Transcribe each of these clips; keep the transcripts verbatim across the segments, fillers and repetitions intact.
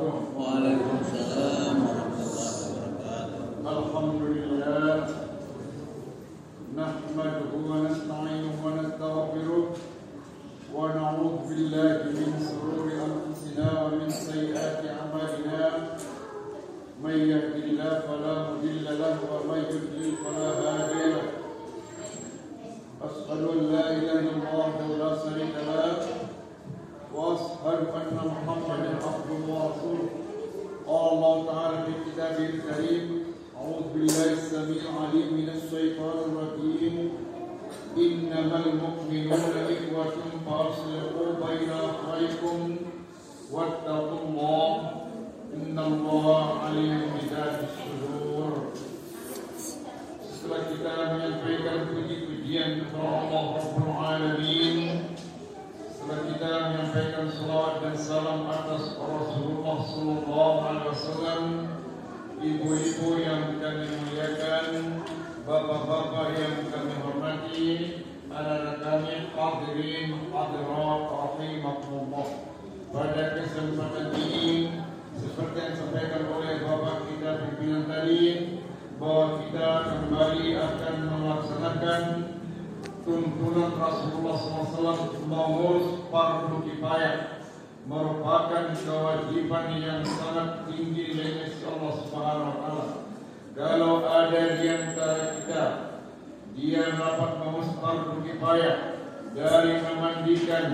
wabarakatuh. Waalaikumsalam warahmatullahi wabarakatuh. Alhamdulillah. Nahmaduhu wa nasta'inuhu wa nastaghfiruh wa na'udzu billahi min shururi anfusina wa min sayyiati a'malina. May yahdihillahu fala mudilla lahu wa may yudlil fala hadiya lahu. Ashhadu an la ilaha illallah wahdahu la sharika lahu wa ashhadu anna Muhammadan abduhu wa rasuluh. Allah Ta'ala fi kitabihil karim. A'udzu billahi as-sami'il 'alim minasy syaithanir rajim. Innamal mu'minuna ikhwatun faslihu baina akhawaykum wattaqullaha innallaha 'alimun bidzati sudur. Setelah kita menyampaikan puji-pujian kepada Allah Rabbul Alamin, setelah kita menyampaikan salawat dan salam atas Rasulullah sallallahu alaihi wasallam, ibu-ibu yang kami muliakan, bapak-bapak yang kami hormati, anak-anak kami hadirin hadirat rahimakumullah. Pada kesempatan ini, seperti yang disampaikan oleh bapak kita pimpinan tadi, bahwa kita kembali akan melaksanakan tuntunan Rasulullah shallallahu alaihi wasallam mengurus fardu kifayah, merupakan kewajiban yang sangat tinggi dari Allah Subhanahu wa taala. Kalau ada di antara kita dia dapat mengurus fardu kifayah dari memandikan,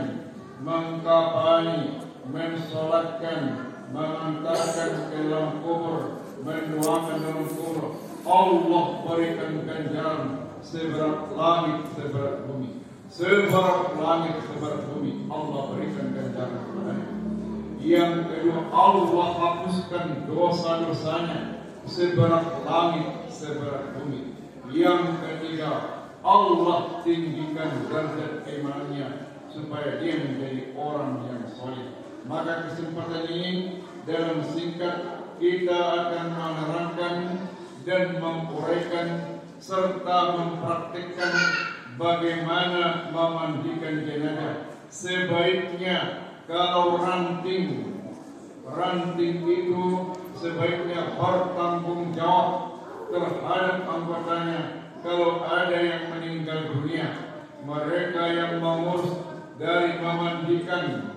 mengkafani, mensolatkan, mengantarkan ke dalam kubur, mendoakan dalam kubur, Allah berikan ganjaran seberat langit seberat bumi, seberat langit seberat bumi. Allah berikan ganjaran kepadanya. Yang kedua, Allah hapuskan dosa-dosanya seberat langit seberat bumi. Yang ketiga, Allah tinggikan derajat imannya supaya dia menjadi orang yang soleh. Maka kesempatan ini dalam singkat kita akan menerangkan dan menguraikan serta mempraktikkan bagaimana memandikan jenazah. Sebaiknya kalau ranting ranting itu sebaiknya bertanggung jawab terhadap anggotanya. Kalau ada yang meninggal dunia, mereka yang mengurus dari memandikan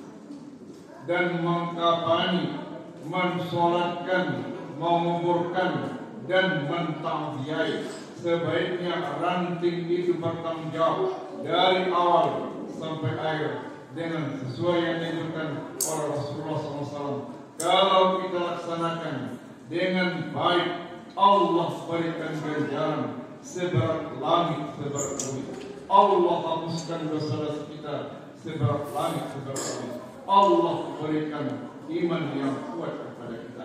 dan mengkafani, mensolatkan, menguburkan dan mentauhiyai, sebaiknya ranting itu bertanggung jawab dari awal sampai akhir dengan sesuai yang dianjurkan oleh Rasulullah shallallahu alaihi wasallam. Kalau kita laksanakan dengan baik, Allah berikan ganjaran seberat langit seberat bumi. Allah hapuskan dosa-dosa kita seberat langit seberat bumi. Allah berikan iman yang kuat kepada kita.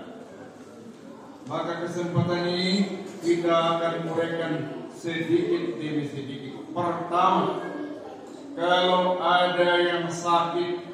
Maka kesempatan ini kita akan uraikan sedikit demi sedikit. Pertama, kalau ada yang sakit,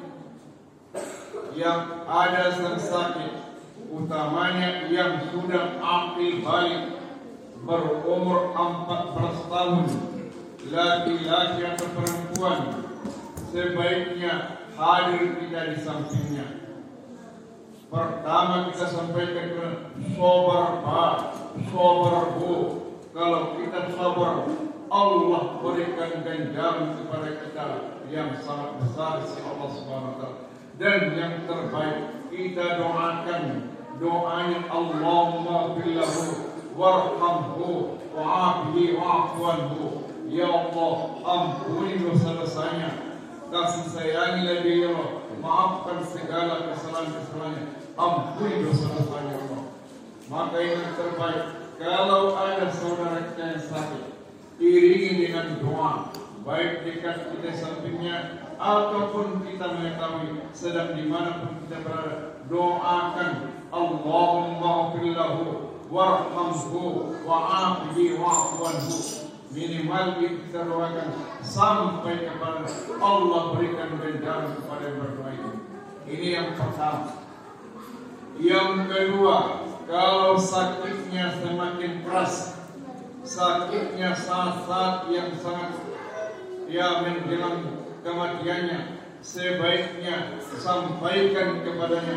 yang ada yang sakit, utamanya yang sudah akil balik, berumur empat belas tahun, laki-laki atau perempuan, sebaiknya hadir kita di sampingnya. Pertama kita sampaikan ke sabar pak, sabar bu. Kalau kita sabar, Allah berikan ganjaran kepada kita yang sangat besar di sisi Allah Subhanahu wa taala. Dan yang terbaik kita doakan doanya Allahumma billahu warhamhu wa'afihi wa'afuanhu. Ya Allah, ampuni dosa-dosanya, kasih sayangilah dia, maafkan segala kesalahan-kesalahannya, ampuni dosa-dosanya Allah. Maka yang terbaik, kalau ada saudara kita yang sakit, iringi dengan doa, baik dekat kita sampingnya ataupun kita mengetahui sedang dimanapun kita berada, doakan Allahumma ghfirlahu warhamhu wa'afihi wa'afuanhu. Minimal kita doakan sampai kepada Allah berikan ganjaran kepada yang berdoa itu. Ini yang pertama. Yang kedua, kalau sakitnya semakin keras, sakitnya saat-saat yang sangat ya menjelang kematiannya, sebaiknya sampaikan kepadanya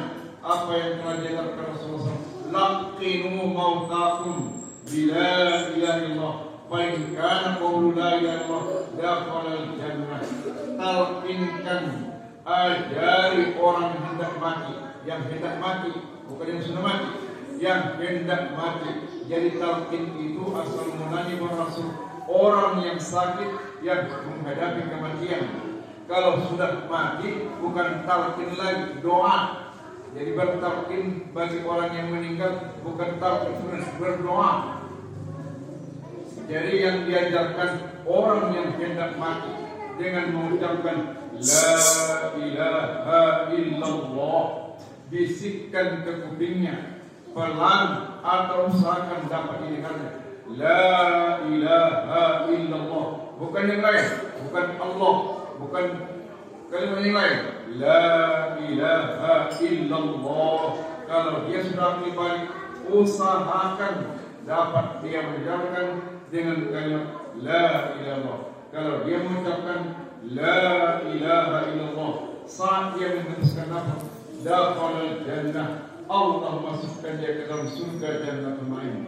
apa yang telah diajarkan Rasulullah shallallahu alaihi wasallam. Laqinu mautakum bila ilaha illallah fa in kana qawlu la ilaha illallah dakhala al-jannah. Talqinkan, ajari orang yang hendak mati, yang hendak mati, bukan yang sudah mati, yang hendak mati. Jadi talqin itu asal mulanya Rasul, orang yang sakit yang menghadapi kematian. Kalau sudah mati bukan talqin lagi, doa. Jadi bertalqin bagi orang yang meninggal bukan talqin, berdoa. Jadi yang diajarkan orang yang hendak mati dengan mengucapkan la ilaha illallah, bisikkan ke kupingnya pelan atau usahakan dapat didengarnya. La ilaha illallah, bukan yang lain, bukan Allah, bukan kalimat yang lain. La ilaha illallah. Kalau dia sudah dibalik, usahakan dapat dia menjalankan dengan kalimat la ilallah. Kalau dia mengucapkan la ilaha illallah saat dia menghabiskan nafas, dakhala jannah, Allah masukkan dia ke dalam surga Jannatul Ma'in.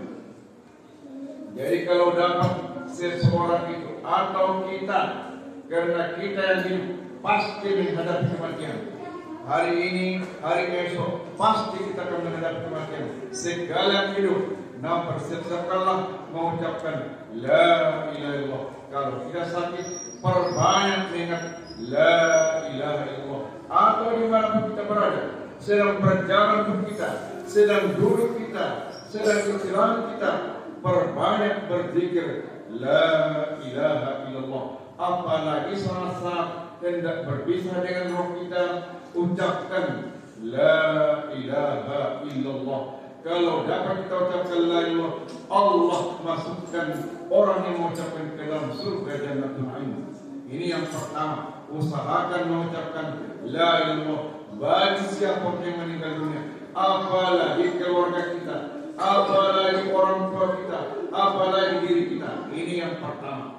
Jadi kalau dapat seseorang itu atau kita, karena kita yang hidup pasti menghadapi kematian. Hari ini, hari esok pasti kita akan menghadapi kematian. Segala hidup, nah persiapkanlah mengucapkan la ilaha illallah. Kalau kita sakit, perbanyak mengingat la ilaha illallah. Atau dimanapun kita berada, sedang berjalan pun kita, sedang duduk kita, sedang istirahat kita, perbanyak berzikir la ilaha illallah. Apalagi saat-saat hendak berpisah dengan roh kita, ucapkan la ilaha illallah. Kalau dapat kita ucapkan la ilaha, Allah masukkan orang yang mengucapkan ke dalam surga Jannatul Ma'in. Ini yang pertama, usahakan mengucapkan la ilaha bagi siapa yang meninggal dunia, apalagi keluarga kita, apalagi orang tua kita, apalagi diri kita. Ini yang pertama.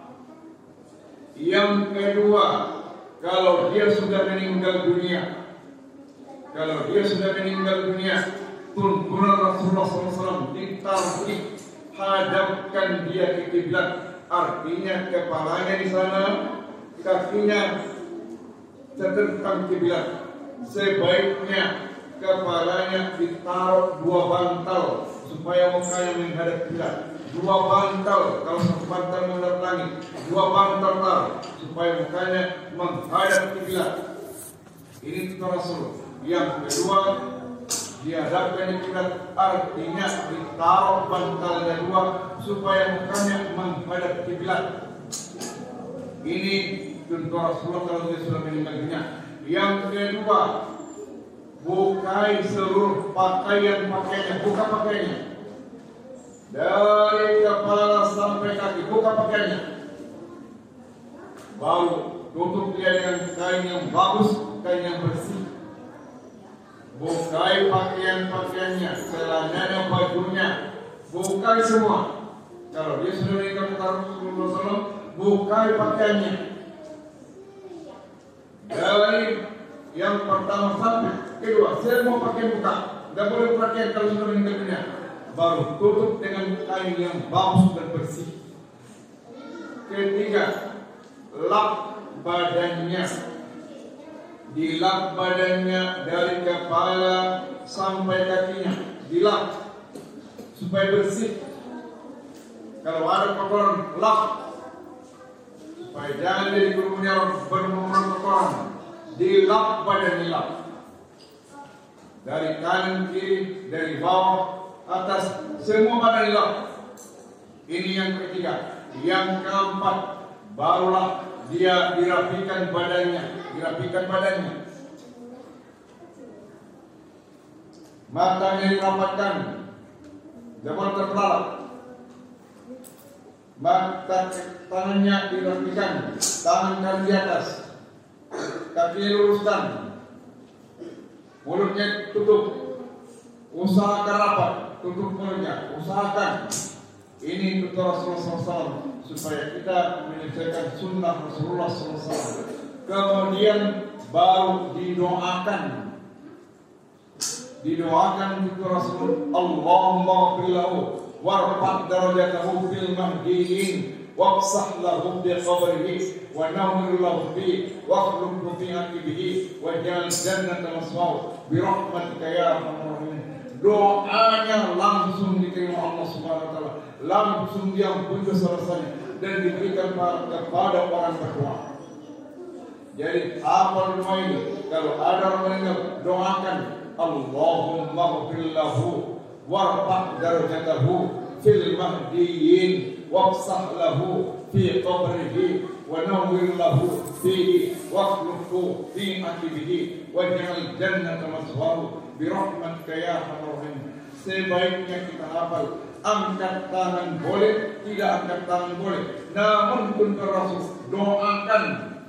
Yang kedua, kalau dia sudah meninggal dunia, kalau dia sudah meninggal dunia, tuntunan Rasulullah shallallahu alaihi wasallam ditarikh, hadapkan dia ke kiblat. Artinya kepalanya di sana, kakinya tertentang kiblat. Sebaiknya kepalanya ditaruh dua bantal supaya mukanya menghadap kiblat. Dua bantal, kalau satu bantal menghadap langit, dua bantal taruh supaya mukanya menghadap kiblat. Ini itu Rasul. Yang kedua, dihadapkan di kiblat, artinya ditaruh bantalnya dua supaya mukanya menghadap kiblat. Ini tentu Rasulullah kalau dia sudah meninggal dunia. Yang kedua, bukai seluruh pakaian-pakaiannya, buka pakaiannya dari kepala sampai kaki, buka pakaiannya. Baru tutup dia dengan kain yang bagus, kain yang bersih. Bukai pakaian-pakaiannya, celananya, bajunya, bukai semua. Kalau dia sudah meninggal Rasulullah shallallahu alaihi wasallam, bukai pakaiannya. Dari yang pertama sampai kedua, semua pakaian buka. Tidak boleh pakaian kalau sudah meninggal dunia. Baru tutup dengan kain yang bagus dan bersih. Ketiga, lap badannya. Dilap badannya dari kepala sampai kakinya, dilap supaya bersih. Kalau ada kotoran, lap supaya jangan jadi kerumunan berumuran kotoran. Dilap badan, dilap dari kanan kiri, dari bawah atas, semua badan dilap. Ini yang ketiga. Yang keempat, barulah dia dirapikan badannya, dirapikan badannya. Matanya dirapatkan, jangan terbelalak. Mata tangannya dirapikan, tangan kanan di atas, kaki luruskan, mulutnya tutup, usahakan rapat, tutup mulutnya, usahakan. Ini tutur Rasulullah shallallahu alaihi wasallam supaya kita menyelesaikan sunnah Rasulullah shallallahu alaihi wasallam. Kemudian baru didoakan. didoakan itu Rasul, Allahumma ighfir lahu warfa' darajatahu fil mahdiyyin wafsah lahu bi qabrihi wa nawwir lahu bi wakhluf fi aqibihi wa ja'al jannata maswahu bi rahmatika ya arhamar rahimin. Doanya langsung diterima Allah Subhanahu wa taala, langsung diampuni dosa-dosanya dan diberikan kepada orang berdoa. Jadi apa doa ini? Kalau ada orang meninggal, doakan Allahumma ighfir lahu warfa' darajatahu fil mahdiyyin wafsah lahu fi qabrihi wa nawwir lahu fihi wakhlufhu fi aqibihi waj'al jannata maswahu bi rahmatika ya arhamar rahimin. Sebaiknya kita hafal, angkat tangan boleh, tidak angkat tangan boleh, namun pun Rasul doakan.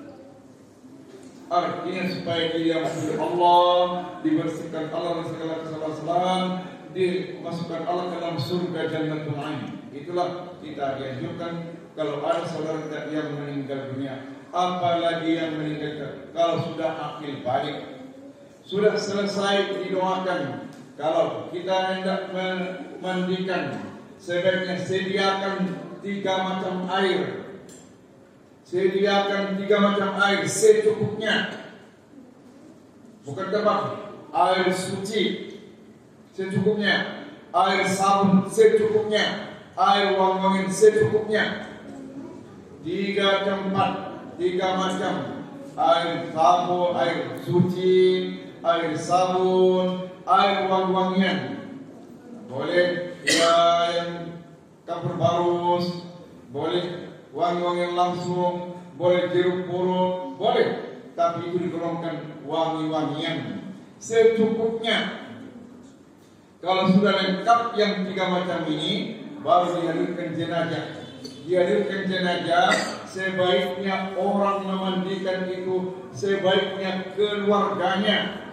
Artinya supaya dia diampuni Allah, dibersihkan Allah dari segala kesalahan, dimasukkan Allah ke dalam surga Jannatul Ain. Itulah kita dianjurkan kalau ada saudara kita yang meninggal dunia, apalagi yang meninggal kalau sudah akil balik, sudah selesai didoakan. Kalau kita hendak memandikan, sebaiknya sediakan tiga macam air. Sediakan tiga macam air secukupnya. Bukan tebak, air suci secukupnya, air sabun secukupnya, air wangi-wangian secukupnya. Tiga tempat, tiga macam air sabun, air suci, air sabun, air wangi-wangian. Boleh ya yang kapur barus, boleh wangi-wangian langsung, boleh jeruk purut, boleh, tapi itu digolongkan wangi-wangian secukupnya. Kalau sudah lengkap yang tiga macam ini, baru dihadirkan jenazah. Dihadirkan jenazah, sebaiknya orang memandikan itu, sebaiknya keluarganya.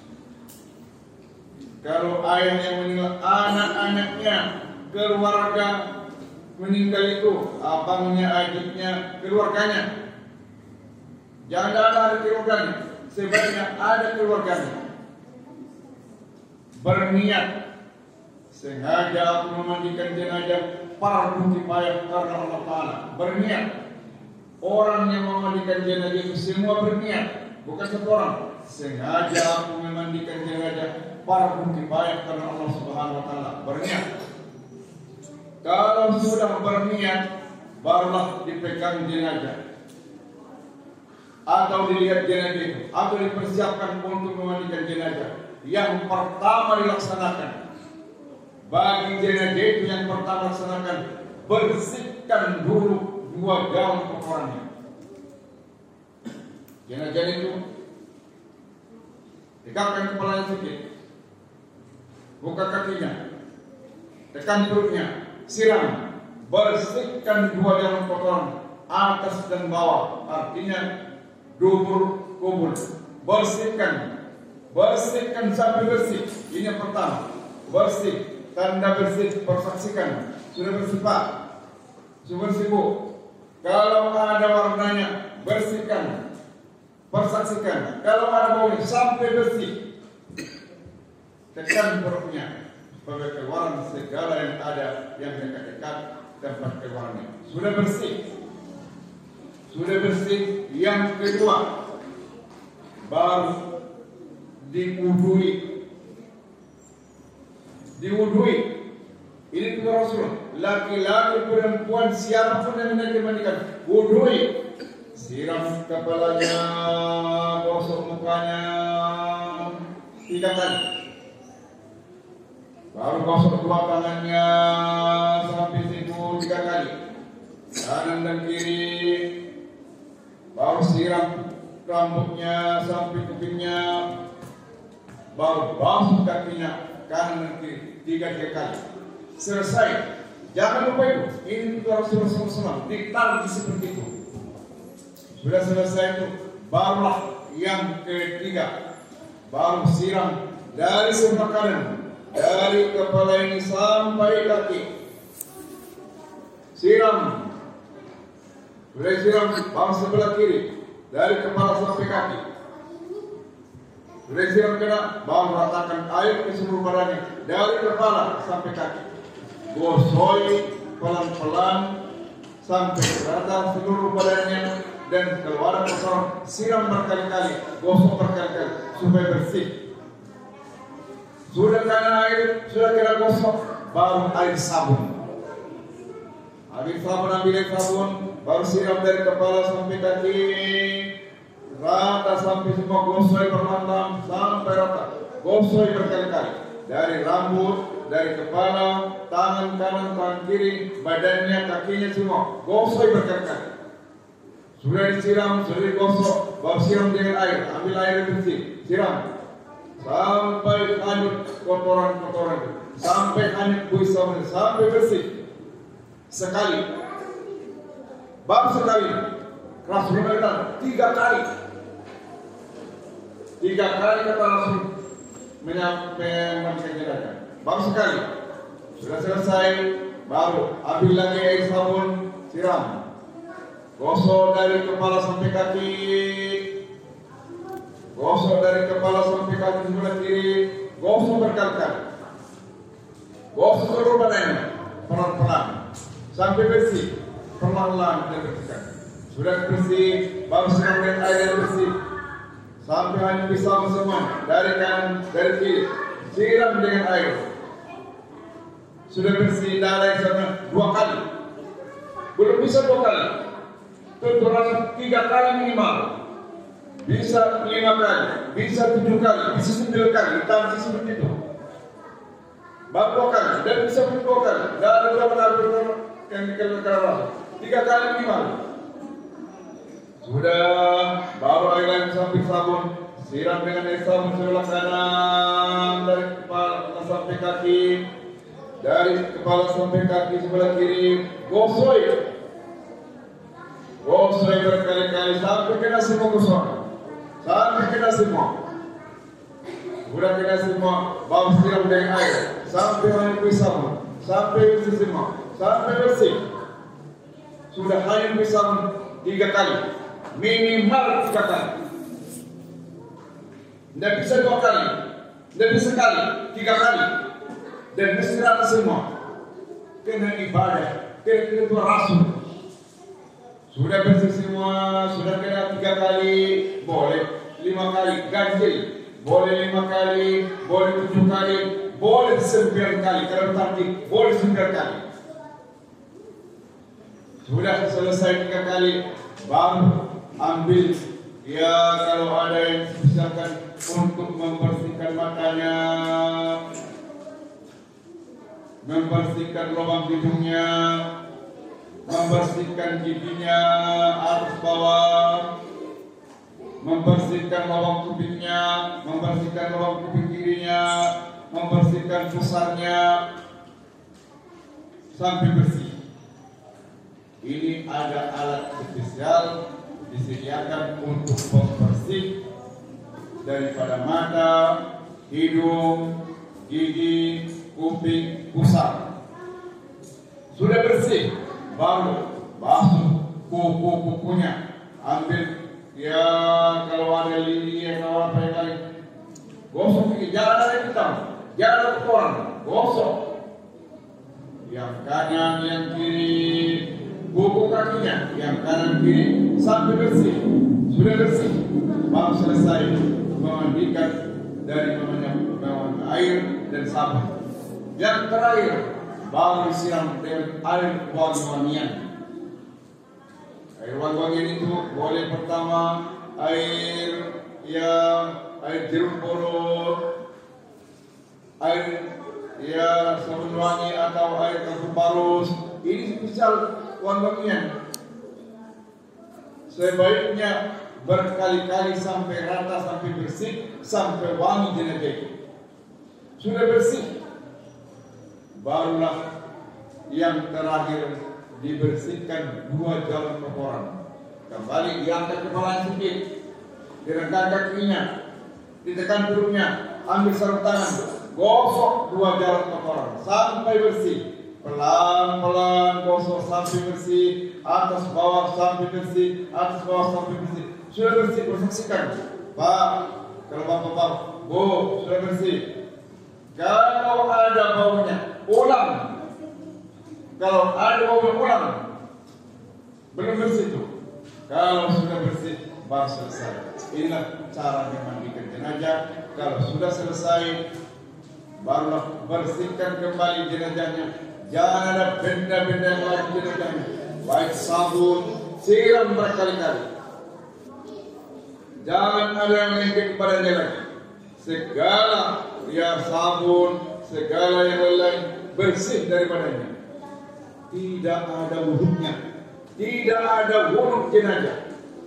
Kalau ayah yang meninggal, anak-anaknya, keluarga meninggal itu, abangnya, adiknya, keluarganya. Jangan ada keluarganya, sebaiknya ada keluarganya. Berniat, sengaja aku memandikan jenazah fardu kifayah karena Allah Ta'ala. Berniat. Orang yang memandikan jenazah itu semua berniat, bukan satu orang. Sengaja aku memandikan jenazah fardu kifayah karena Allah Subhanahu Wa Ta'ala. Berniat. Kalau sudah berniat, barulah dipegang jenazah atau dilihat jenazah itu, atau dipersiapkan untuk memandikan jenazah. Yang pertama dilaksanakan bagi jenazah itu, yang pertama laksanakan, bersihkan dulu dua gaun kotorannya. Jenazah itu tegakkan kepalanya sedikit, buka kakinya, tekan perutnya, siram, bersihkan dua gaun kotoran atas dan bawah, artinya dubur kubur. Bersihkan, bersihkan sampai bersih. Ini yang pertama, bersih. Tanda bersih, persaksikan sudah bersih Pak, sudah bersih Bu. Kalau ada warnanya, bersihkan, persaksikan. Kalau ada baunya, sampai bersih. Tekan perutnya supaya keluaran segala yang ada yang dekat-dekat tempat keluarnya. Sudah bersih, sudah bersih. Yang kedua, baru diwudui. Diwudui. Ini juga Rasul. Laki-laki, perempuan, siapapun yang hendak dimandikan, wudui. Siram kepalanya, gosok mukanya tiga kali. Baru gosok dua tangannya sampai situ tiga kali, kanan dan kiri. Baru siram rambutnya sampai kupingnya. Baru basuh kakinya kanan dan kiri tiga tiga kali. Selesai. Jangan lupa itu. Ini juga Rasulullah shallallahu alaihi wasallam ditaruh seperti itu. Sudah selesai itu, barulah yang ketiga, baru siram dari sebelah kanan, dari kepala ini sampai kaki. Siram. Sudah siram, baru sebelah kiri, dari kepala sampai kaki. Sudah siram kena, baru ratakan air ke seluruh badannya dari kepala sampai kaki. Gosoi pelan-pelan sampai rata seluruh badannya dan keluar kotoran. Siram berkali-kali, gosok berkali-kali supaya bersih. Sudah kena air, sudah kena gosok, baru air sabun. Ambil sabun, ambil air sabun, baru siram dari kepala sampai kaki, rata sampai semua, gosoi perlahan sampai rata, gosoi berkali-kali dari rambut, dari kepala, tangan kanan, tangan kiri, badannya, kakinya semua, gosoi berkali-kali. Sudah disiram, sudah digosok, baru siram dengan air, ambil air bersih, siram sampai hanyut kotoran-kotoran, sampai hanyut buih-buih, sampai bersih. Sekali, baru sekali, keras berkali, tiga kali, tiga kali kata langsung menyampaikan kejedakan. Baru sekali, sudah selesai, baru ambil lagi air sabun, siram, gosok dari kepala sampai kaki, gosok dari kepala sampai kaki sebelah kiri, gosok berkali-kali, gosok seluruh badannya pelan-pelan sampai bersih, perlahan-lahan dan bersihkan. Sudah bersih, baru siram dengan air yang bersih sampai hanya bisa semua dari kanan dari kiri, siram dengan air. Sudah bersih darah sana dua kali, belum bisa dua kali, tentu rasa tiga kali minimal, bisa lima kali, bisa tujuh kali, bisa sembilan kali, tangan seperti itu. Baru dua kali, dan bisa dua kali, tidak ada berapa kali yang dikeluarkan, tiga kali minimal. Sudah, baru air lagi sampai sabun, siram dengan air sabun sebelah kanan dari kepala sampai kaki, dari kepala sampai kaki sebelah kiri, gosoi, gosoi berkali-kali sampai kena semua gosok, sampai kena semua. Sudah kena semua, baru siram dengan air, sampai hanyut sabun, sampai bersih semua, sampai bersih. Sudah hanyut sabun tiga kali, minimal tiga kali. Tidak bisa dua kali, tidak bisa sekali, tiga kali. Dan mesti rata semua. Kena ibadah, kena ketua rasul. Sudah bersih semua, sudah kena tiga kali, boleh lima kali, ganjil, boleh lima kali, boleh tujuh kali, boleh sembilan kali, kalau tadi boleh sembilan kali. Sudah selesai tiga kali, baru ambil, ya kalau ada yang misalkan untuk membersihkan matanya, membersihkan lubang hidungnya, membersihkan giginya atas bawah, membersihkan lubang kupingnya, membersihkan lubang kuping kirinya, membersihkan pusarnya sampai bersih. Ini ada alat spesial disediakan untuk pembersih daripada mata, hidung, gigi, kuping, pusar. Sudah bersih, baru basuh kuku-kukunya, ambil, ya kalau ada lidi atau apa yang lain, gosok gigi, jangan ada hitam, jangan ada kotoran, gosok. Yang kanan, yang kiri, kuku kakinya, yang kanan kiri, sampai bersih. Sudah bersih, baru selesai memandikan dari menggunakan air dan sabun. Yang terakhir, baru disiram dengan air wangi-wangian. Air wangi-wangian itu boleh pertama air yang air jeruk purut, air ya sabun wangi atau air kaldu parus. Ini spesial wangi-wangian. Sebaiknya berkali-kali sampai rata, sampai bersih, sampai wangi jenazah. Sudah bersih, barulah yang terakhir dibersihkan dua jalan kotoran. Kembali diangkat kepala sedikit, direnggang kakinya, ditekan perutnya, ambil sarung tangan, gosok dua jalan kotoran sampai bersih. Pelan-pelan gosok sampai bersih, atas bawah sampai bersih, atas bawah sampai bersih. Sudah bersih, persaksikan, Pak, Kalau bapak-bapak, bu, sudah bersih. Kalau ada baunya, ulang. Kalau ada baunya, ulang. Belum bersih itu. Kalau sudah bersih, baru selesai. Inilah cara memandikan jenazah. Kalau sudah selesai, barulah bersihkan kembali jenazahnya. Jangan ada benda-benda yang lain di jenazahnya. Baik sabun, siram berkali-kali. Jangan ada yang lengket kepadanya lagi. Segala ya sabun, segala yang lain bersih daripadanya. Tidak ada wudhunya, tidak ada wudhu jenazah.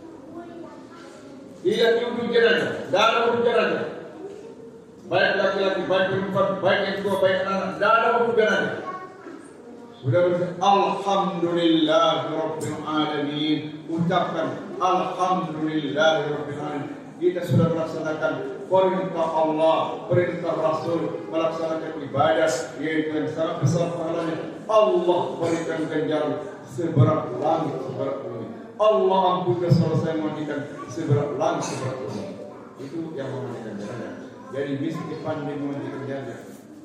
Tidak wudhu jenazah, tidak ada wudhu jenazah. Baik laki-laki, baik perempuan, baik yang tua, baik anak, tidak ada wudhu jenazah. Sudah bersih. Alhamdulillahirabbil alamin. Ucapkan Alhamdulillahirabbil alamin. Kita sudah melaksanakan perintah Allah, perintah Rasul, melaksanakan ibadah yaitu yang sangat besar pahalanya. Allah berikan ganjaran seberat langit, seberat bumi. Allah ampunkan selesai memandikan seberat langit, seberat bumi. Itu yang memandikan jenazah. Jadi mesti pandai memandikan jenazah.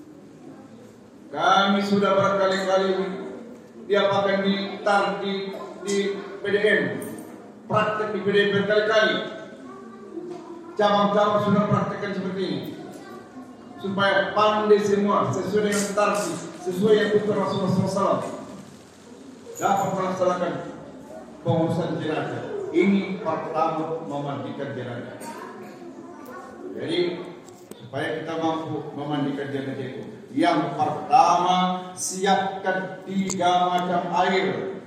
Kami sudah berkali-kali diapakan di di di P D M, praktek di P D M berkali-kali. Cabang-cabang sudah praktekkan seperti ini supaya pandai semua sesuai dengan tarsi, sesuai yang Tuhan Rasulullah shallallahu alaihi wasallam dapat melaksanakan pengurusan jenazah. Ini pertama memandikan jenazah. Jadi supaya kita mampu memandikan jenazah itu, yang pertama siapkan tiga macam air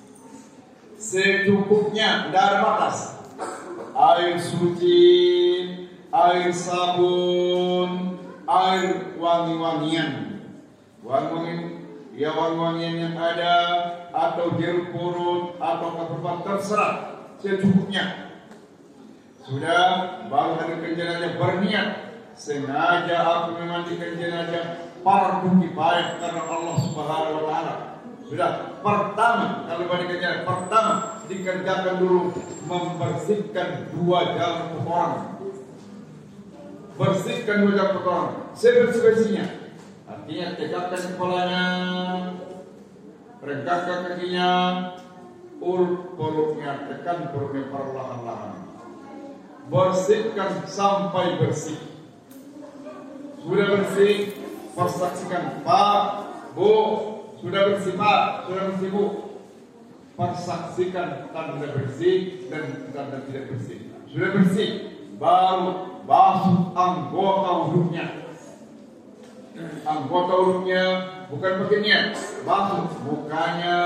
secukupnya, tidak ada batas. Air suci, air sabun, air wangi-wangian. Wangi-wangian, ya wangi-wangian yang ada, atau jeruk purut, atau keperluan terserah secukupnya. Sudah, baru hadirkan jenazah, berniat sengaja aku memandikan jenazah fardu kifayah karena Allah Subhanahu wa taala. Sudah, pertama kalau mandikan jenazah, pertama dikerjakan dulu membersihkan dua jalan kotoran. Bersihkan dua jalan kotoran sebersih-bersihnya. Artinya tegakkan kepalanya, regakkan kakinya, urut perutnya, tekan perutnya perlahan-lahan. Bersihkan sampai bersih. Sudah bersih, persaksikan Pak, Bu, sudah bersih Pak, sudah bersih Bu. Persaksikan tanda bersih dan tanda tidak bersih. Sudah bersih, baru basuh anggota wudhunya. Anggota wudhunya bukan pakainya, basuh mukanya,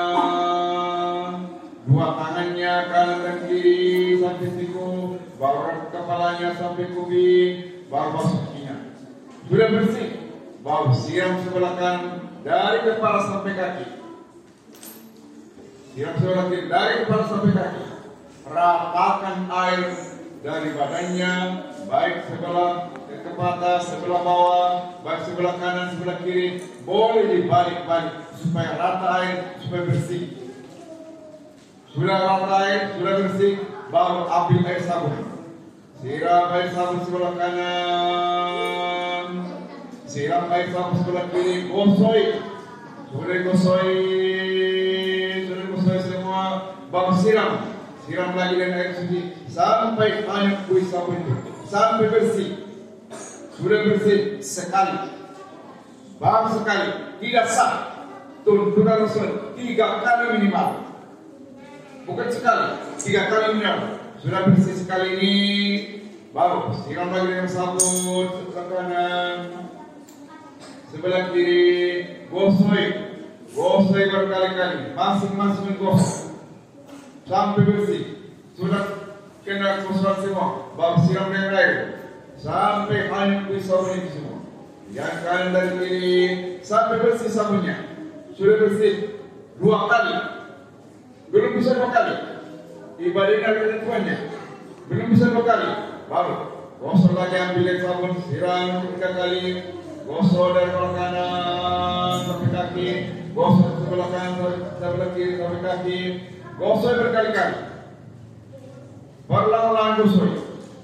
dua tangannya kanan dan kiri sampai siku, baru kepalanya sampai kuping, baru basuh kakinya. Sudah bersih, baru siram sebelah kanan dari kepala sampai kaki. Siram sebelah kiri dari kepala sampai kaki. Ratakan air dari badannya, baik sebelah kepala, sebelah bawah, baik sebelah kanan, sebelah kiri. Boleh dibalik-balik supaya rata air, supaya bersih. Sudah rata air, sudah bersih, baru ambil air sabun. Siram air sabun sebelah kanan, siram air sabun sebelah kiri, gosoi. Sudah gosoi, sudah gosoi semua, baru siram. Siram lagi dengan air suci sampai hanyut kuis sabun itu, sampai bersih. Sudah bersih sekali, baru sekali, tidak sah. Tuntunan Rasul tiga kali minimal, bukan sekali, tiga kali minimal. Sudah bersih sekali ini, baru siram lagi dengan sabun sebelah kanan, sebelah kiri, gosoi, gosoi berkali-kali, masing-masing gosoi sampai bersih. Sudah kena kotoran semua, baru siram dengan air sampai hanyut kuis sabun itu semua. Yang kanan dan kiri sampai bersih sabunnya. Sudah bersih dua kali, belum bisa dua kali. Ibadahnya ketentuannya belum bisa dua kali, baru gosok lagi, ambil sabun, siram tiga kali, gosok dari sebelah kanan sampai kaki, gosok sebelah kanan sebelah kiri sampai kaki, gosok berkali-kali, perlahan-lahan gosok.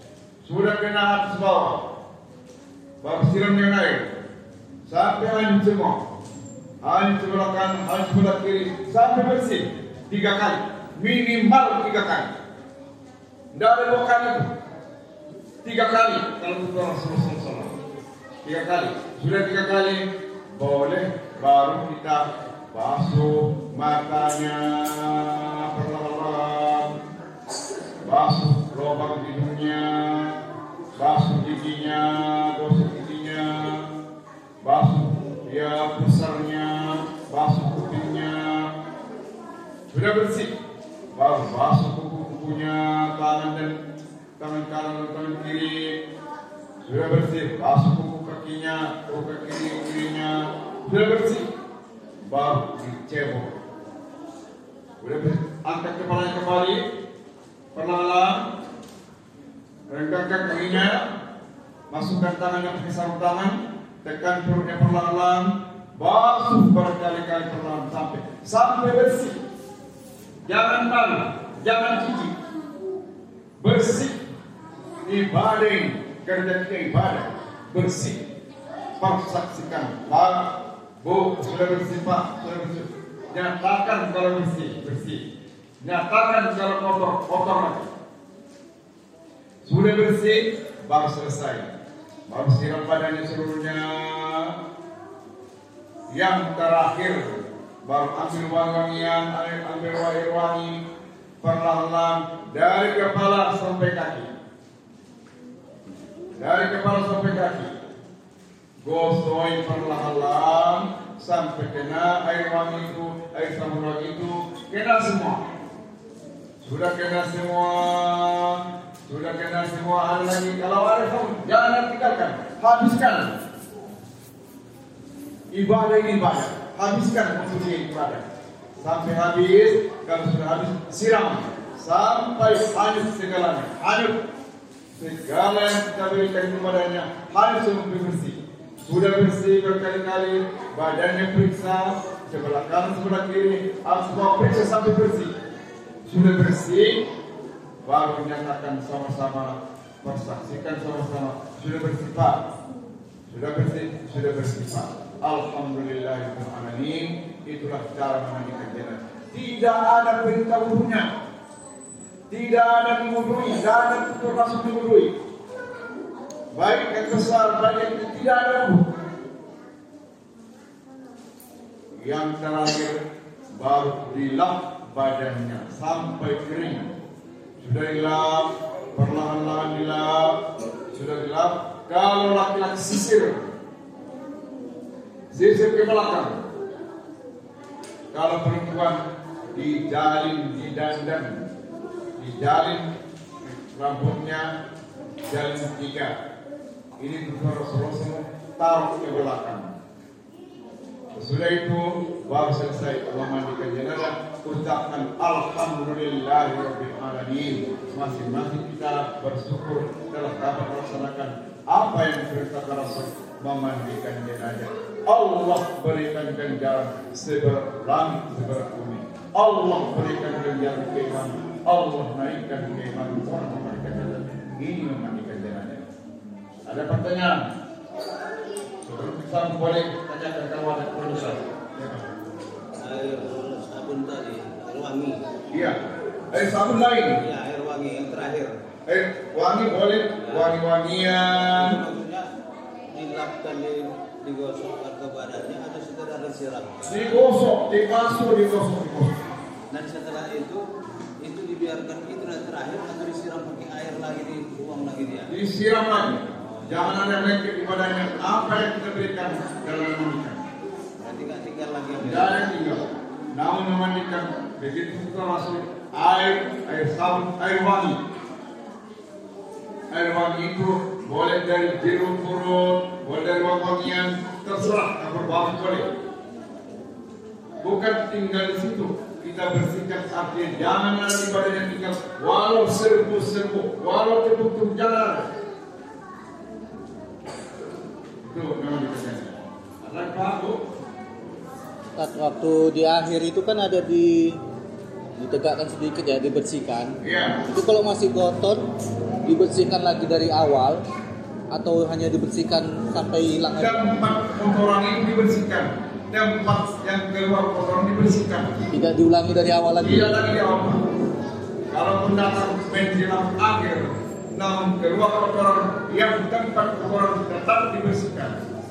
Sudah kena atas bawah, baru siram dengan air sampai hanyut semua, hanyut sebelah kanan, hanyut sebelah kiri, sampai bersih tiga kali, minimal tiga kali. Tidak ada dua kali itu, tiga kali kalau kita langsung salah. Tiga kali, sudah tiga kali boleh baru kita basuh matanya perlahan, basuh lubang hidungnya, basuh giginya, gosok giginya, basuh ya pusarnya, basuh kupingnya. Sudah bersih, baru basuh kuku-kukunya, tangan dan tangan kanan dan tangan kiri. Sudah bersih, basuh kuku kakinya, kuku kaki kiri kirinya. Sudah bersih, baru dicebok. Sudah bersih, angkat kepalanya kembali, perlahan. Regangkan kakinya, masukkan tangannya pakai sarung tangan, tekan perutnya perlahan, basuh berkali-kali perlahan sampai sampai bersih. Jangan malu, jangan jijik, bersih. Ibadah ini, kerja kita ibadah, bersih. Persaksikan, Pak, Bu, sudah bersih Pak, sudah bersih. Nyatakan kalau bersih, bersih. Nyatakan kalau kotor, kotor lagi. Sudah bersih, baru selesai. Baru siram badannya seluruhnya. Yang terakhir, baru ambil wangian, ambil air wangi, perlahan dari kepala sampai kaki. Dari kepala sampai kaki. Gosoin perlahan sampai kena air wangi itu, air sabun wangi itu, kena semua. Sudah kena semua. Sudah kena semua hal lagi. Kalau ada kamu jangan tinggalkan, habiskan. Ibadah ini ibadah, habiskan untuk ibadah sampai habis. Kalau sudah habis siram sampai hanyut segalanya, hanyut segala yang kita berikan kepadanya, hanyut sampai bersih. Sudah bersih berkali-kali, badannya periksa sebelah kanan sebelah kiri, semua periksa sampai bersih. Sudah bersih, baru menyatakan sama-sama, persaksikan sama-sama, sudah bersih Pak, sudah bersih, sudah bersih Pak. Alhamdulillahirrahmanirrahim. Itulah cara memandikan jenazah. Tidak ada perintah wudunya, tidak ada diwudui, tidak ada termasuk diwudui. Baik yang besar, baik yang kecil, tidak ada wudu. Yang terakhir baru dilap badannya sampai kering. Sudah dilap, perlahan-lahan dilap, sudah dilap. Kalau laki-laki sisir, sisir ke belakang. Kalau perempuan dijalin, didandan, dijalin rambutnya, jalin tiga. Ini Rasulullah taruh ke belakang. Sesudah itu baru selesai memandikan jenazah, ucapkan alhamdulillahirabbil alamin. Masing-masing kita bersyukur telah dapat melaksanakan apa yang diperintahkan Rasul, memandikan jenazah. Allah berikan ganjaran seberat langit seberat bumi. Allah berikan ganjaran keimanan. Allah naikkan keimanan orang memandikan jenazah. Ini memandikan jenazah. Ada pertanyaan? Sebelum kita boleh tanyakan kawan dan produser. Air sabun tadi, air wangi. Iya. Air sabun lain. Iya, air wangi yang terakhir. Air wangi boleh, wangi-wangian. Maksudnya dilapkan, di digosokkan ke badannya atau sekedar disiram? Digosok, dibasuh, digosok, digosok. Dan setelah itu itu dibiarkan itu dan terakhir atau disiram pakai air lagi, dibuang lagi dia? Disiram lagi. Jangan ada lengket di badannya. Apa yang kita berikan dalam memandikan? Berarti nggak tinggal lagi. Tidak ada yang tinggal. Namun memandikan begitu kita masuk air, air sabun, air wangi. Air wangi itu boleh dari jeruk purut, boleh dari wangi-wangian, terserah. Apa bau boleh. Bukan tinggal di situ. Kita bersihkan artinya jangan ada di badannya tinggal. Walau serbu-serbu, walau tepuk-tepuk, jangan ada. Itu memang dikerjakan. Ada Pak, Bu? Waktu di akhir itu kan ada di ditegakkan sedikit ya, dibersihkan. Iya. Itu kalau masih kotor dibersihkan lagi dari awal atau hanya dibersihkan sampai hilang aja? Tempat kotoran ini dibersihkan, tempat yang keluar kotoran dibersihkan. Tidak diulangi dari awal lagi? Tidak lagi di awal. Kalaupun datang menjelang akhir, namun keluar kotoran yang tempat kotoran tetap dibersihkan.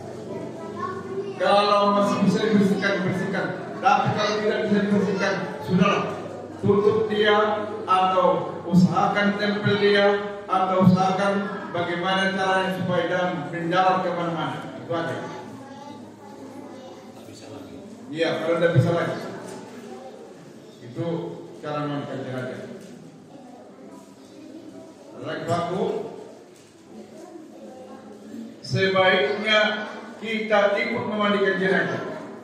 Kalau masih bisa dibersihkan, dibersihkan. Tapi kalau tidak bisa dibersihkan, sudahlah. Tutup dia atau usahakan tempel dia atau usahakan bagaimana caranya supaya dia menjalar kemana-mana. Itu aja. Tak bisa lagi. Iya, kalau tidak bisa lagi. Itu cara memandikan jenazah. Lagi waktu sebaiknya kita ikut memandikan jenazah.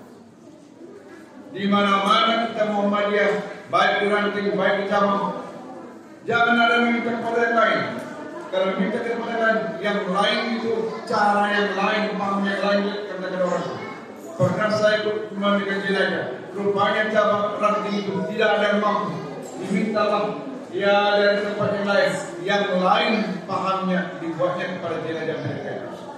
Di mana-mana kita Muhammadiyah, baik di ranting, baik di cabang, jangan ada meminta kepada yang lain. Kalau minta kepada yang lain, yang lain itu cara yang lain, paham yang lain, katakan orang. Pernah saya ikut memandikan jenazah, rupanya cabang ranting itu tidak ada yang mampu. Dimintalah ya dari tempat yang lain, yang lain pahamnya dibuatnya kepada jenazah mereka.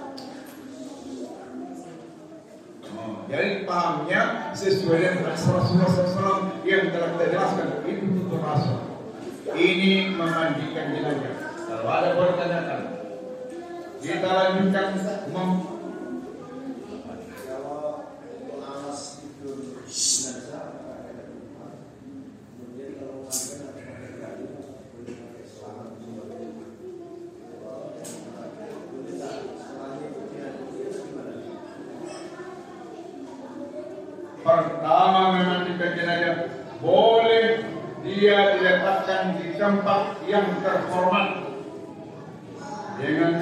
Jadi pahamnya sesuai dengan Rasulullah shallallahu alaihi wasallam yang telah kita jelaskan, itu tutur rasul. Ini memandikan jenazah. Kalau ada boleh tanyakan. Kita lanjutkan mem Pertama memandikan jenazah boleh dia diletakkan di tempat yang terhormat dengan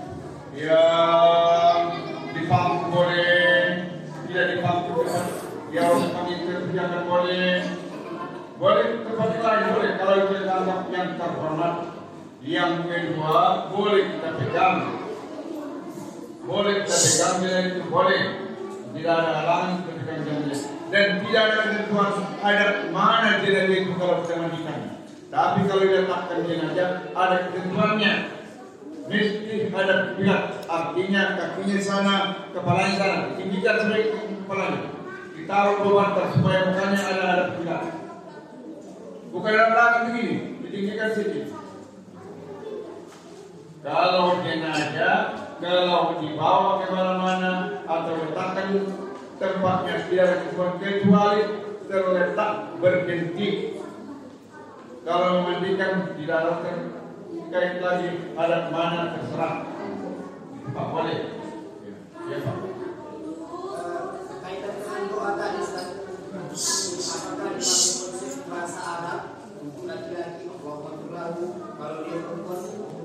yang dipangku boleh, tidak dipangku tempat yang menginterviakan boleh, boleh tempat lain boleh kalau itu dianggap yang terhormat. Yang kedua boleh kita pegang, boleh kita pegang jenazah itu boleh. Tidak ada halangan untuk pegang jenazah dan tidak ada ketentuan ada mana jenazah itu kalau kita mandikan. Tapi kalau diletakkan jenazah ada ketentuannya, mesti ada pihak, artinya kakinya sana, kepalanya sana, ditinggikan sampai kepalanya, ditaruh ke bantal supaya mukanya ada ada pihak. Bukan dalam belakang begini, ditinggikan sedikit. Kalau jenazah, kalau dibawa ke mana-mana atau letakkan tempatnya tidak kecuali terletak berbentik. Kalau memandikan tidak ada terkait lagi ada mana terserah. Pak boleh. Ya Pak. Kaitan dengan doa tadi, apakah dipakai konsep bahasa Arab untuk laki-laki Allahu, kalau dia perempuan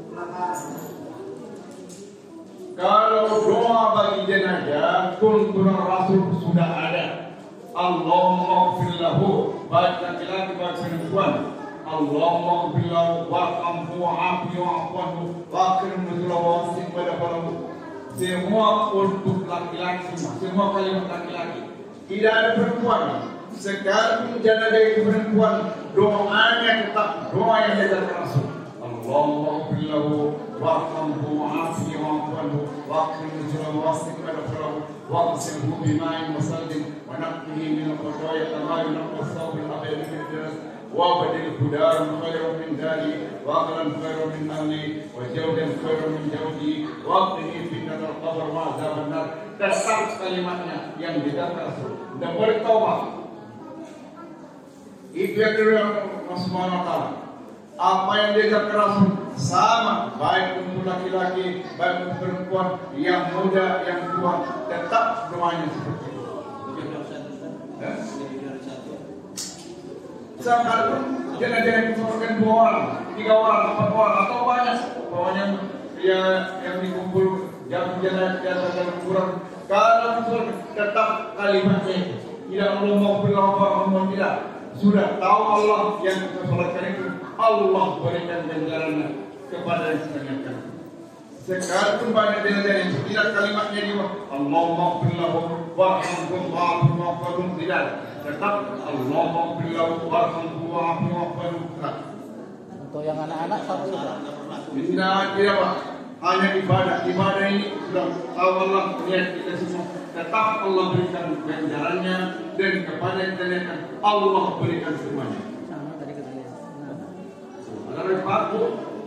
kalau doa bagi jenazah tuntunan Rasul sudah ada. Allahumma ighfir lahu, baik laki-laki baik perempuan. Allahumma ighfir lahu warhamhu wa'afihi wa'fu wa akrim nuzulahu wa wasi' madkhalahu. Semua untuk laki-laki, semua kalimat laki-laki. Tidak ada perempuan. Sekarang jenazah itu perempuan, doanya tetap doa yang diajarkan Rasul. Allahumma ighfir lahu warhamhu wa'afihi wa'fu anhu wa akrim nuzulahu wa wasi' madkhalahu waghsilhu bima'in wa sallim wa naqqihi min al-khataaya kama yunqqa ath-thawb al-abyad min ad-danas wa badilhu daran khayran min dari wa aqlan khayran min ahli wa jawdan khayran min jawdi wa qini fitnat al-qabr wa azab an-nar. Dasar kalimatnya yang diajarkan Rasul. Dan boleh taubat. Itu yang dilakukan Allah Subhanahu wa taala. Apa yang diajarkan Rasul sama, baik untuk laki-laki, baik untuk perempuan, yang muda, yang tua, tetap doanya seperti itu. Eh? Sekalipun jenazah yang disolatkan dua orang, tiga orang, empat orang, atau banyak, pokoknya dia yang dikumpul, yang jenazah dalam kuburan, kalau disolatkan tetap kalimatnya itu. Tidak Allah mau bilang apa, tidak. Sudah tahu Allah yang kita solatkan itu, Allah berikan ganjarannya kepada yang setanyakan. Sekalipun banyak jenazah yang tidak kalimatnya di Allahumma ighfir lahu warhamhu wa'afu wa'fu tidak. Tetap Allahumma ighfir lahu warhamhu wa'afu wa'fu. Untuk yang anak-anak sama juga. Syarat nggak berlaku. Tidak, tidak Pak. Hanya ibadah. Ibadah ini sudah tahu Allah lihat kita semua. Tetap Allah berikan ganjarannya dan kepada kita lihat Allah berikan semuanya. Sama tadi kita lihat. Lalu Pak,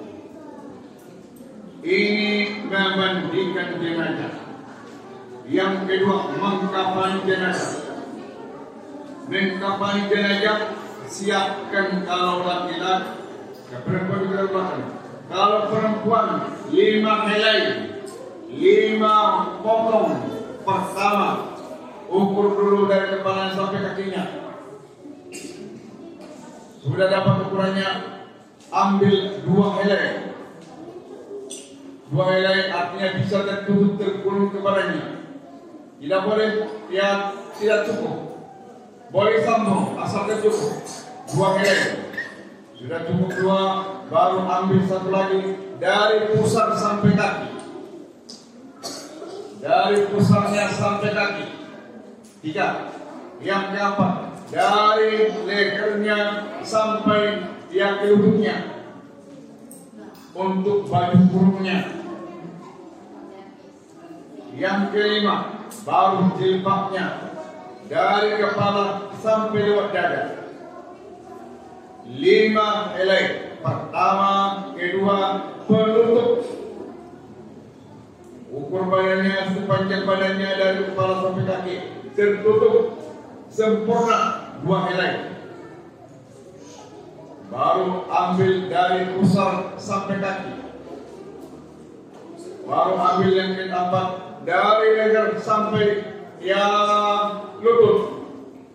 ini memandikan jenazah. Yang kedua, mengkafani jenazah. Mengkafani jenazah, siapkan kalau laki-laki, ya perempuan juga belakang. Kalau perempuan, lima helai, lima potong. Pertama, ukur dulu dari kepala sampai kakinya. Sudah dapat ukurannya, ambil dua helai. Dua helai artinya bisa tertutup terkurung kepadanya. Tidak boleh, ya tidak cukup. Boleh sambung, asal cukup. Dua helai. Sudah cukup dua, baru ambil satu lagi dari pusar sampai kaki. Dari pusarnya sampai kaki. Tiga. Yang keempat, dari lehernya sampai yang ke lututnya. Untuk baju kurungnya. Yang kelima, baru jilbabnya. Dari kepala sampai lewat dada. Lima helai. Pertama, kedua, penutup. Ukur badannya, sepanjang badannya dari kepala sampai kaki tertutup sempurna dua helai. Baru ambil dari pusar sampai kaki. Baru ambil yang keempat dari leher sampai yang lutut.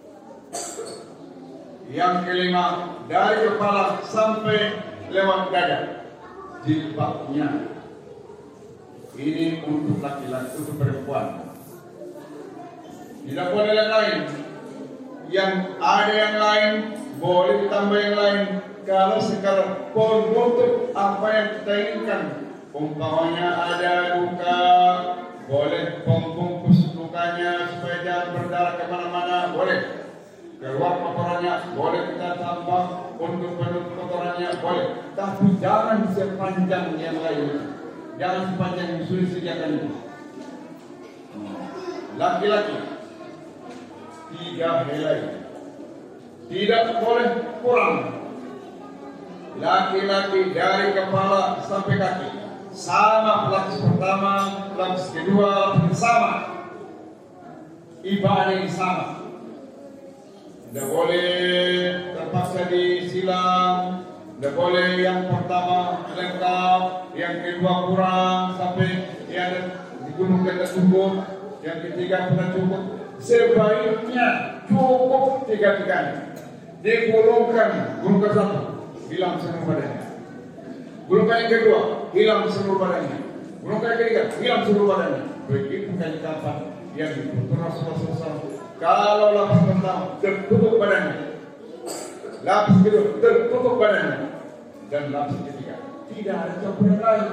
Yang kelima dari kepala sampai lewat dada. Jilbabnya. Ini untuk laki-laki, untuk perempuan. Tidak boleh yang lain. Yang ada yang lain, boleh ditambah yang lain. Kalau sekarang penutup apa yang kita inginkan. Umpamanya ada luka, boleh membungkus lukanya supaya jangan berdarah kemana-mana, boleh. Keluar kotorannya, boleh kita tambah untuk penutup kotorannya, boleh. Tapi jangan sepanjang yang lain. Jangan sepanjang yang sudah disediakan itu. Laki-laki tiga helai. Tidak boleh kurang. Laki-laki dari kepala sampai kaki. Sama lapis pertama, lapis kedua, lapis sama. Ibadah yang sama. Tidak boleh terpaksa disilang. Tidak boleh yang pertama lengkap, yang kedua kurang sampai yang digunungkan dan cukup, yang ketiga pernah cukup. Sebaiknya cukup tiga-tiganya. Digulungkan, gulungkan satu, hilang seluruh badannya. Gulungkan yang kedua, hilang seluruh badannya. Gulungkan yang ketiga, hilang seluruh badannya. Begitu kali kapan yang dibutuhkan Rasulullah shallallahu alaihi wasallam. Kalau lapis pertama tertutup badannya. Lapis kedua tertutup badannya. Dan lapis ketiga tidak ada campuran lain.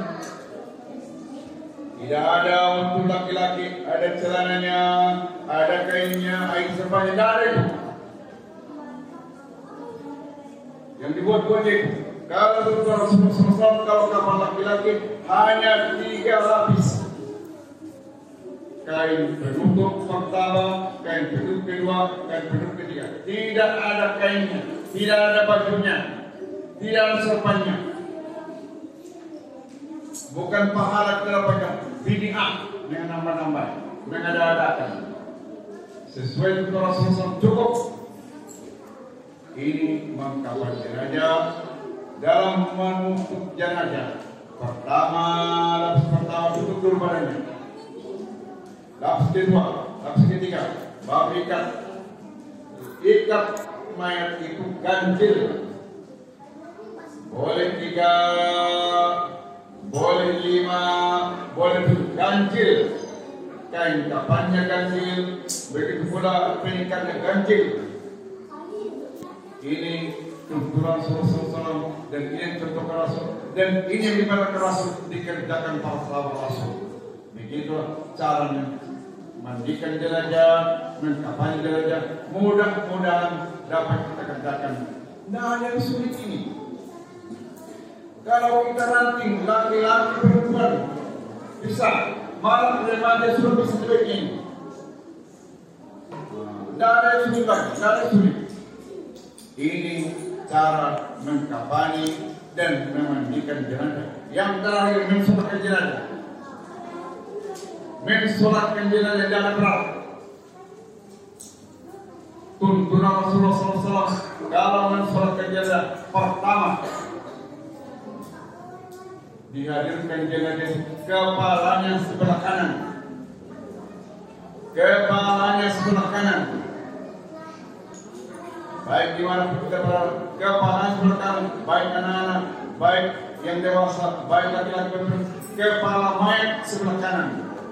Tidak ada untuk laki-laki, ada celananya, ada kainnya, air serpanya, tidak ada itu. Yang dibuat-buat itu. Kalau Rasulullah shallallahu alaihi wasallam kalau kapal laki-laki hanya tiga lapis. Kain penutup pertama, kain penutup kedua, kain penutup ketiga. Tidak ada kainnya, tidak ada bajunya, tidak ada serpanya. Bukan pahala kita dapatkan, bid'ah dengan nambah-nambah, mengada-adakan. Sesuai dengan Rasulullah cukup. Ini mengkafani jenazah dalam menutup jenazah. Pertama, lapis pertama tutup dulu badannya. Lapis kedua, lapis ketiga, baru ikat. Ikat mayat itu ganjil. Boleh tiga, boleh lima, boleh tujuh, ganjil. Kain kapannya ganjil, begitu pula penikatnya ganjil. Ini tuntunan Rasulullah shallallahu alaihi wasallam dan ini contoh Rasul dan ini yang diperintahkan Rasul dikerjakan para sahabat Rasul. Begitulah caranya mandikan jenazah, mengkafani jenazah. Mudah-mudahan dapat kita kerjakan. Nah, yang sulit ini Kalau kita ranting laki-laki perempuan bisa, malah remaja sudah bisa seperti ini. Tidak ada yang sulit lagi, tidak ada yang sulit. Ini cara mengkafani dan memandikan jenazah. Yang terakhir mensolatkan jenazah. Mensolatkan jenazah jangan berat. Tuntunan Rasulullah shallallahu alaihi wasallam kalau mensolatkan jenazah pertama dihadirkan jenazah kepalanya sebelah kanan, kepalanya sebelah kanan. Baik di mana kita berada, kepalanya sebelah kanan, baik anak-anak, baik yang dewasa, baik laki-laki, kepala mayat sebelah kanan.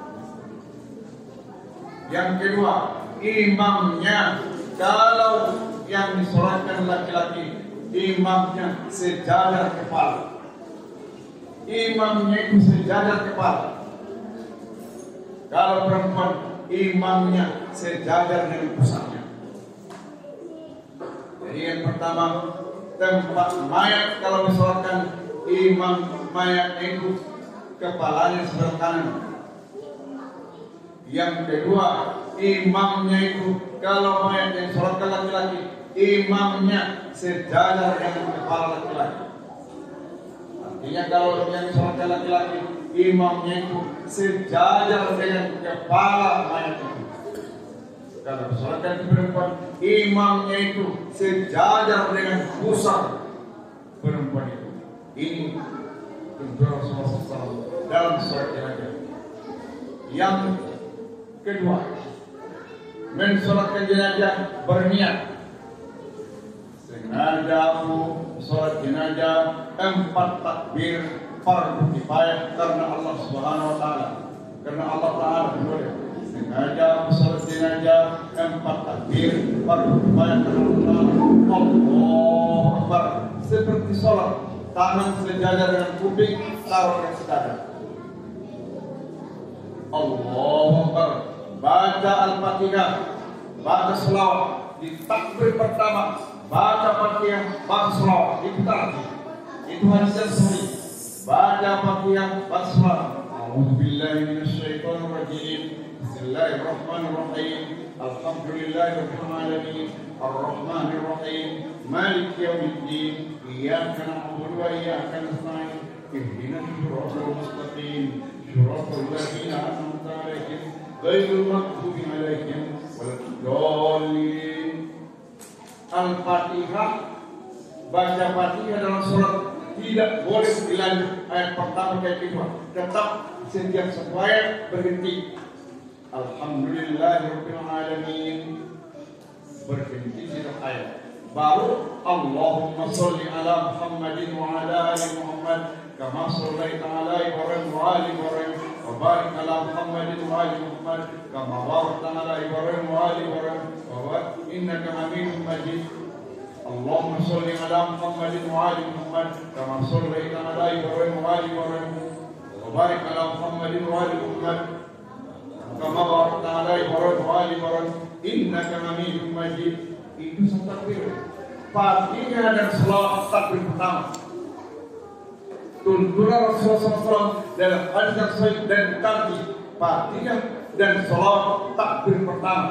Yang kedua, imamnya kalau yang disolatkan laki-laki, imamnya sejajar kepala. Imamnya itu sejajar kepala. Kalau perempuan, imamnya sejajar dengan pusatnya. Jadi yang pertama, tempat mayat kalau disolatkan, imam mayat itu kepalanya sebelah kanan. Yang kedua, imamnya itu kalau mayat yang disolatkan laki-laki, imamnya sejajar dengan kepala laki-laki. Artinya kalau yang disolatkan laki-laki, imamnya itu sejajar dengan kepala mayat itu. Kalau disolatkan perempuan, imamnya itu sejajar dengan pusar perempuan itu. Ini tentu Rasulullah shallallahu alaihi wasallam dalam sholat jenazah. Yang kedua, mensolatkan jenazah berniat. Sengaja aku sholat jenazah empat takbir fardu kifayah karena Allah Subhanahu wa taala. Karena Allah Taala boleh. Sengaja aku sholat jenazah empat takbir fardu kifayah karena Allah. Allahu Akbar. Seperti sholat, tangan sejajar dengan kuping, taruh di dada. Allahu Akbar. Baca Al-Fatihah, baca selawat di takbir pertama, baca Fatihah, baca selawat itu tadi. Itu hadis yang sahih. Baca Fatihah, baca selawat. A'udzubillahi minasyaitonir rajim. Bismillahirrahmanirrahim. Alhamdulillahirabbil alamin. Arrahmanir rahim. Maliki yaumiddin. Iyyaka na'budu wa iyyaka nasta'in. Ihdinas siratal mustaqim. Siratal ladzina an'amta 'alaihim ghairil maghdubi 'alaihim waladdallin. Al-Fatihah, baca Fatihah dalam sholat tidak boleh dilanjut ayat pertama ke kedua. Tetap setiap satu ayat berhenti. Alhamdulillahirabbil alamin, berhenti di ayat. Baru Allahumma sholli ala Muhammadin wa ala ali Muhammad kama shallaita ala Ibrahim wa ali Ibrahim wa barik ala Muhammadin wa ali Muhammad kama barakta ala Ibrahim wa ali Ibrahim wa barik innaka Hamidum Majid. Allahumma sholli ala Muhammadin wa ali Muhammad kama shallaita ala Ibrahim wa ali Ibrahim wa barik ala Muhammadin wa ali Muhammad kama barakta ala Ibrahim wa ali Ibrahim innaka Hamidum Majid. Itu satu takbir. Fatihah dan selawat takbir pertama. Tuntunan Rasulullah shallallahu alaihi wasallam dalam hadis yang sahih dan tadi Fatihah dan selawat takbir pertama.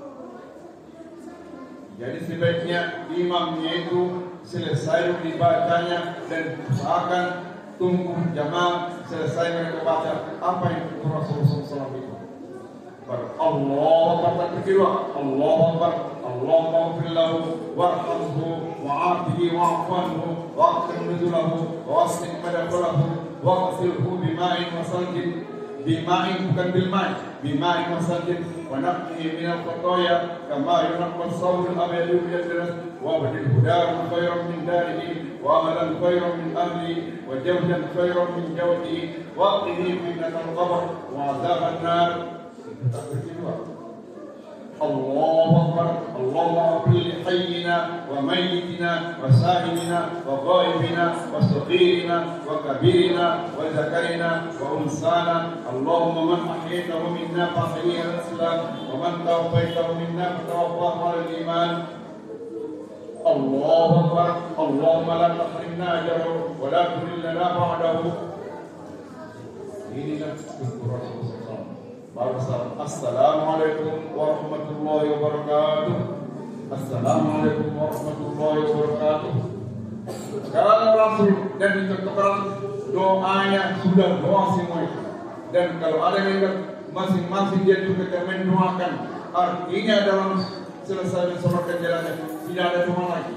Jadi sebaiknya imamnya itu selesai dibacanya dan usahakan tunggu jamaah selesai mereka baca apa yang Rasulullah shallallahu alaihi wasallam itu. Allahu Akbar kedua, Allahu Akbar, Allahumma ighfir lahu warhamhu wa'afihi wa'fu wa'tim nuzulahu wa'asli madkhalahu waghsilhu bima'in wa salgin, bima'in bukan bilma'i, bima'in wa salgin wa naqqihi min al-khataaya kama yunqqa as-sawbu al-abyadu min ad-danas wa badilhu daran khayran min darihi wa ahlan khayran min ahlihi wa zawjan khayran min zawjihi wa qini fitnatal qabr wa 'adzaban nar. Takbir kedua. Allahu Akbar, Allahumma ighfir li hayyina wa mayyitina wa sahibina wa ghaibina wa saghirina wa kabirina wa zakarina wa unsana. Allahumma man ahyaytahu minna fa ahyihi 'ala al-islam wa man tawaffaytahu minna fa tawaffahu 'ala al-iman. Allahu Akbar. Allahumma la tahrimna ajrahu wa la tudillana ba'dahu. Inilah kultur Rasulullah. Baru salam. Assalamualaikum warahmatullahi wabarakatuh. Assalamualaikum warahmatullahi wabarakatuh. Kalau Rasul dan dicontohkan doanya sudah doa semua. Dan kalau ada yang ingat masing-masing dia juga mendoakan. Artinya dalam selesai sholat jalannya tidak ada doa lagi.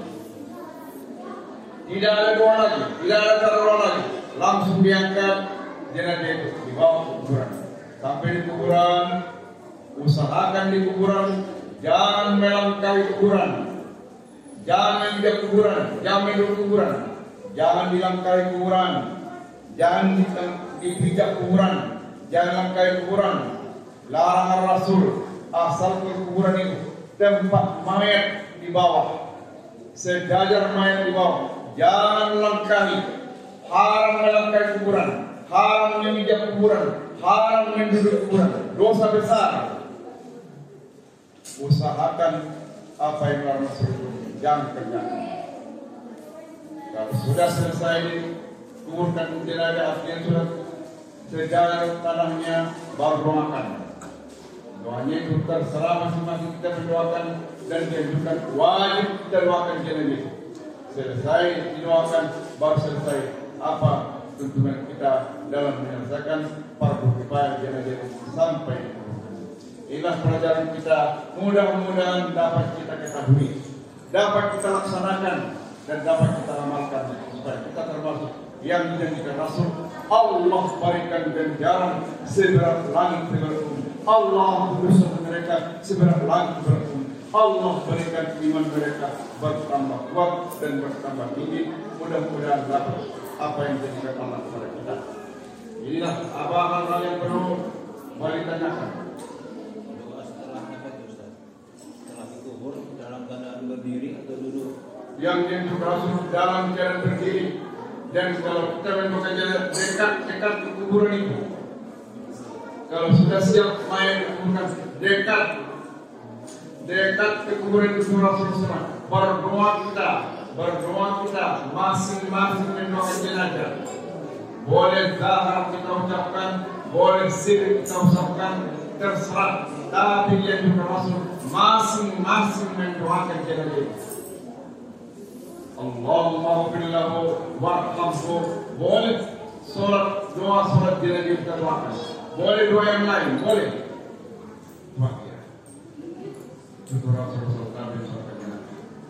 Tidak ada doa lagi, tidak ada doa lagi. Langsung diangkat jenazah itu dibawa ke kuburan. Sampai di kuburan, usahakan di kuburan jangan melangkahi kuburan, jangan injak kuburan, jangan duduk kuburan, jangan dilangkahi kuburan, jangan dipijak kuburan, jangan langkahi kuburan. Larangan Rasul asal ke kuburan itu tempat mayat di bawah, sejajar mayat di bawah. Jangan langkahi, haram melangkahi kuburan, haram memijak kuburan, haram menduduk kuburan, dosa besar. Usahakan apa yang dilarang Rasul, jangan kerjakan. Kalau sudah selesai dikuburkan jenazah, artinya sudah sejajar tanahnya, baru doakan. Doanya itu terserah masing-masing kita mendoakan dan dianjurkan wajib kita doakan jenazah. Selesai didoakan, baru selesai apa tuntunan kita dalam menyelesaikan fardu kifayah jenazah sampai. Inilah pelajaran kita, mudah-mudahan dapat kita ketahui, dapat kita laksanakan dan dapat kita amalkan supaya kita termasuk yang dijanjikan Rasul. Allah berikan ganjaran seberat langit seberat bumi. Allah berusaha mereka seberat langit seberat bumi. Allah berikan iman mereka bertambah kuat dan bertambah tinggi. Mudah-mudahan dapat apa yang dijadikan Allah kepada kita. Inilah apa hal-hal yang perlu mari tanyakan. Doa setelah apa itu Ustaz? Setelah dikubur dalam keadaan berdiri atau duduk? Yang dianjurkan Rasul dalam jalan berdiri. Dan kalau kita membuka jalan dekat-dekat ke kuburan itu, kalau sudah siap mayat dikuburkan dekat dekat ke kuburan itu Rasulullah, berdoa kita, berdoa kita masing-masing mendoakan jenazah. Boleh zahar kita ucapkan, boleh sir kita ucapkan, terserah. Tapi yang juga Rasul masing-masing mendoakan jenazah. Allahumma ghfir lahu warhamhu. Boleh solat doa solat jenazah kita doakan. Boleh doa yang lain, boleh. Doa ya. Itu Rasulullah kami sampaikan.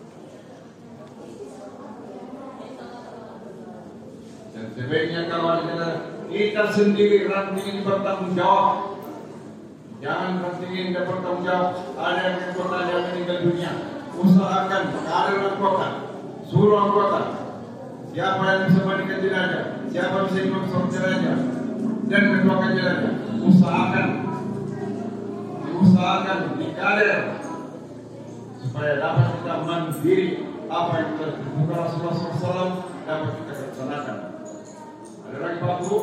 Dan sebaiknya kalau ada kita sendiri rantingin bertanggung jawab. Jangan rantingin dan bertanggung jawab. Ada yang anggota yang meninggal dunia, usahakan ada anggota. Suruh anggota, siapa yang bisa mandikan jenazah, siapa bisa imam sholat jenazah dan mendoakan jenazah. Usahakan, diusahakan, dikader supaya dapat kita mandiri apa yang telah dibuka Rasulullah shallallahu alaihi wasallam dapat kita laksanakan. Ada lagi Pak Bu?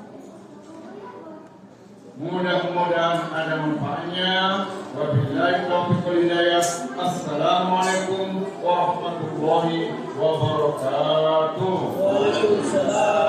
Mudah-mudahan ada manfaatnya. Wabillahi taufiq wal hidayah. Assalamualaikum warahmatullahi wabarakatuh. Waalaikumsalam.